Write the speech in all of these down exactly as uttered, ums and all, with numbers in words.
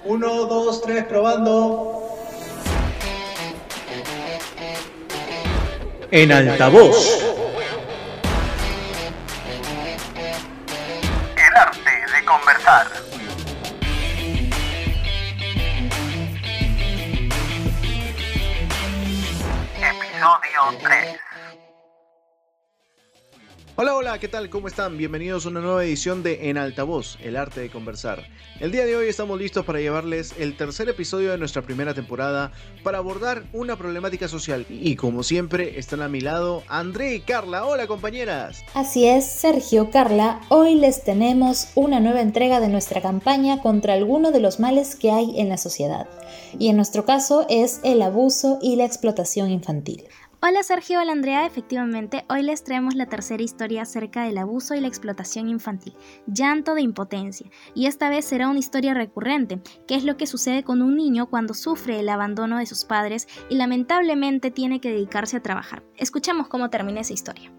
Uno, dos, tres, probando. En altavoz. El arte de conversar. Episodio tres. Hola, hola, ¿qué tal? ¿Cómo están? Bienvenidos a una nueva edición de En Altavoz, el arte de conversar. El día de hoy estamos listos para llevarles el tercer episodio de nuestra primera temporada para abordar una problemática social. Y como siempre, están a mi lado André y Carla. Hola, compañeras. Así es, Sergio, Carla, hoy les tenemos una nueva entrega de nuestra campaña contra alguno de los males que hay en la sociedad. Y en nuestro caso es el abuso y la explotación infantil. Hola Sergio, hola Andrea, efectivamente hoy les traemos la tercera historia acerca del abuso y la explotación infantil, llanto de impotencia, y esta vez será una historia recurrente, que es lo que sucede con un niño cuando sufre el abandono de sus padres y lamentablemente tiene que dedicarse a trabajar. Escuchemos cómo termina esa historia.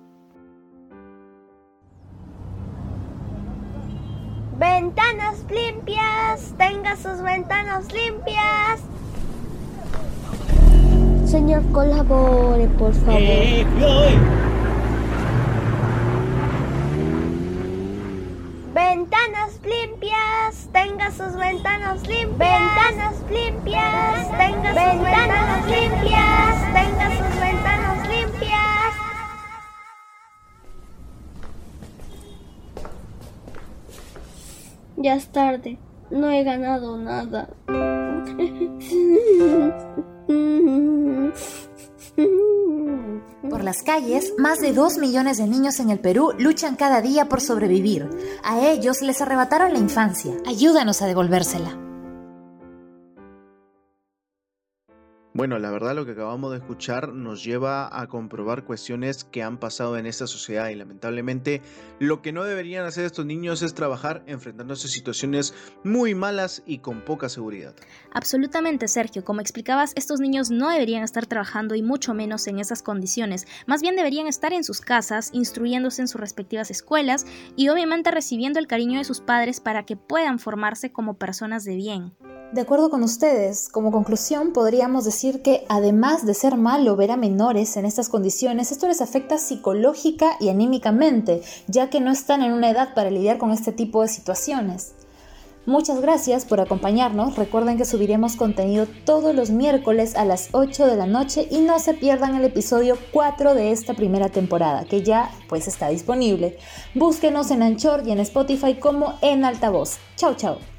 Ventanas limpias, tenga sus ventanas limpias. Señor, colabore, por favor. ¡Eh, cuidado ahí! Ventanas limpias, tenga sus ventanas limpias. Ventanas limpias, tenga sus ventanas limpias. Tenga sus ventanas limpias. Ya es tarde, no he ganado nada. Por las calles, más de dos millones de niños en el Perú luchan cada día por sobrevivir. A ellos les arrebataron la infancia. Ayúdanos a devolvérsela. Bueno, la verdad lo que acabamos de escuchar nos lleva a comprobar cuestiones que han pasado en esta sociedad y lamentablemente lo que no deberían hacer estos niños es trabajar enfrentándose a situaciones muy malas y con poca seguridad. Absolutamente, Sergio, como explicabas, estos niños no deberían estar trabajando y mucho menos en esas condiciones, más bien deberían estar en sus casas, instruyéndose en sus respectivas escuelas y obviamente recibiendo el cariño de sus padres para que puedan formarse como personas de bien. De acuerdo con ustedes, como conclusión podríamos decir que además de ser malo ver a menores en estas condiciones, esto les afecta psicológica y anímicamente, ya que no están en una edad para lidiar con este tipo de situaciones. Muchas gracias por acompañarnos, recuerden que subiremos contenido todos los miércoles a las ocho de la noche y no se pierdan el episodio cuatro de esta primera temporada, que ya pues está disponible. Búsquenos en Anchor y en Spotify como En Altavoz. Chau, chau.